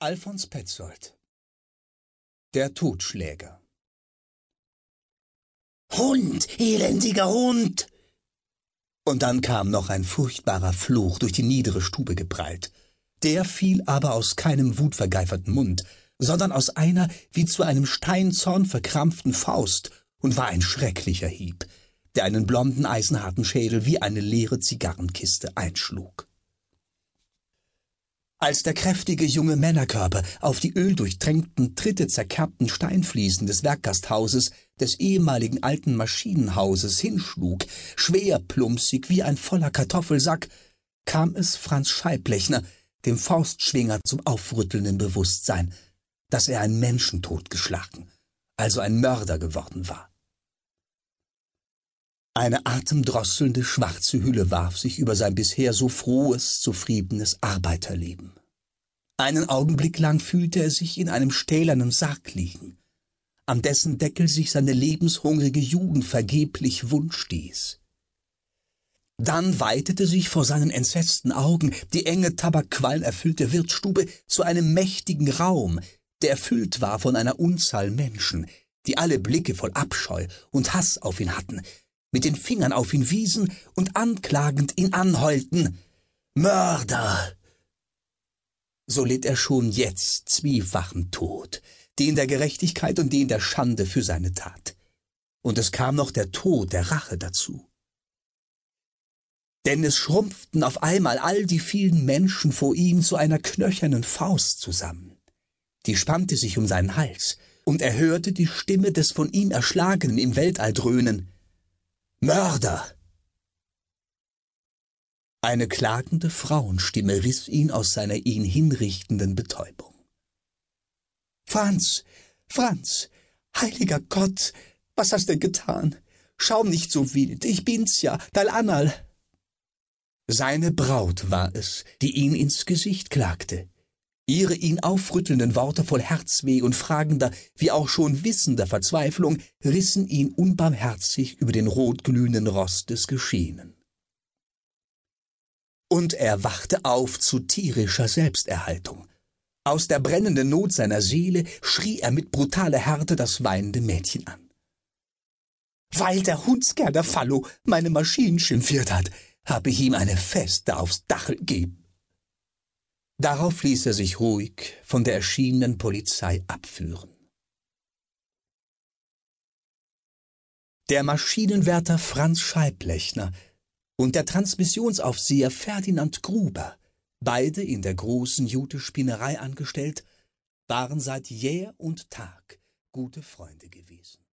Alfons Petzold. Der Totschläger. »Hund, elendiger Hund!« Und dann kam noch ein furchtbarer Fluch durch die niedere Stube geprallt. Der fiel aber aus keinem wutvergeiferten Mund, sondern aus einer wie zu einem Steinzorn verkrampften Faust und war ein schrecklicher Hieb, der einen blonden, eisenharten Schädel wie eine leere Zigarrenkiste einschlug. Als der kräftige junge Männerkörper auf die öldurchtränkten, Tritte zerkerbten Steinfliesen des Werkgasthauses, des ehemaligen alten Maschinenhauses hinschlug, schwer plumpsig wie ein voller Kartoffelsack, kam es Franz Scheiblechner, dem Faustschwinger, zum aufrüttelnden Bewusstsein, dass er ein Menschentod geschlagen, also ein Mörder geworden war. Eine atemdrosselnde schwarze Hülle warf sich über sein bisher so frohes, zufriedenes Arbeiterleben. Einen Augenblick lang fühlte er sich in einem stählernen Sarg liegen, an dessen Deckel sich seine lebenshungrige Jugend vergeblich wund stieß. Dann weitete sich vor seinen entsetzten Augen die enge, tabakqualmerfüllte Wirtsstube zu einem mächtigen Raum, der erfüllt war von einer Unzahl Menschen, die alle Blicke voll Abscheu und Hass auf ihn hatten, mit den Fingern auf ihn wiesen und anklagend ihn anheulten. »Mörder!« So litt er schon jetzt zwiefachen Tod, den der Gerechtigkeit und den der Schande für seine Tat. Und es kam noch der Tod der Rache dazu. Denn es schrumpften auf einmal all die vielen Menschen vor ihm zu einer knöchernen Faust zusammen. Die spannte sich um seinen Hals, und er hörte die Stimme des von ihm Erschlagenen im Weltall dröhnen. »Mörder!« Eine klagende Frauenstimme riss ihn aus seiner ihn hinrichtenden Betäubung. »Franz, Franz, heiliger Gott, was hast du getan? Schau nicht so wild, ich bin's ja, dein Annal.« Seine Braut war es, die ihn ins Gesicht klagte. Ihre ihn aufrüttelnden Worte voll Herzweh und fragender, wie auch schon wissender Verzweiflung rissen ihn unbarmherzig über den rotglühenden Rost des Geschehenen. Und er wachte auf zu tierischer Selbsterhaltung. Aus der brennenden Not seiner Seele schrie er mit brutaler Härte das weinende Mädchen an. »Weil der Hundskerl Fallo meine Maschinen schimpfiert hat, habe ich ihm eine Feste aufs Dachel gegeben.« Darauf ließ er sich ruhig von der erschienenen Polizei abführen. Der Maschinenwärter Franz Scheiblechner und der Transmissionsaufseher Ferdinand Gruber, beide in der großen Jute-Spinnerei angestellt, waren seit Jahr und Tag gute Freunde gewesen.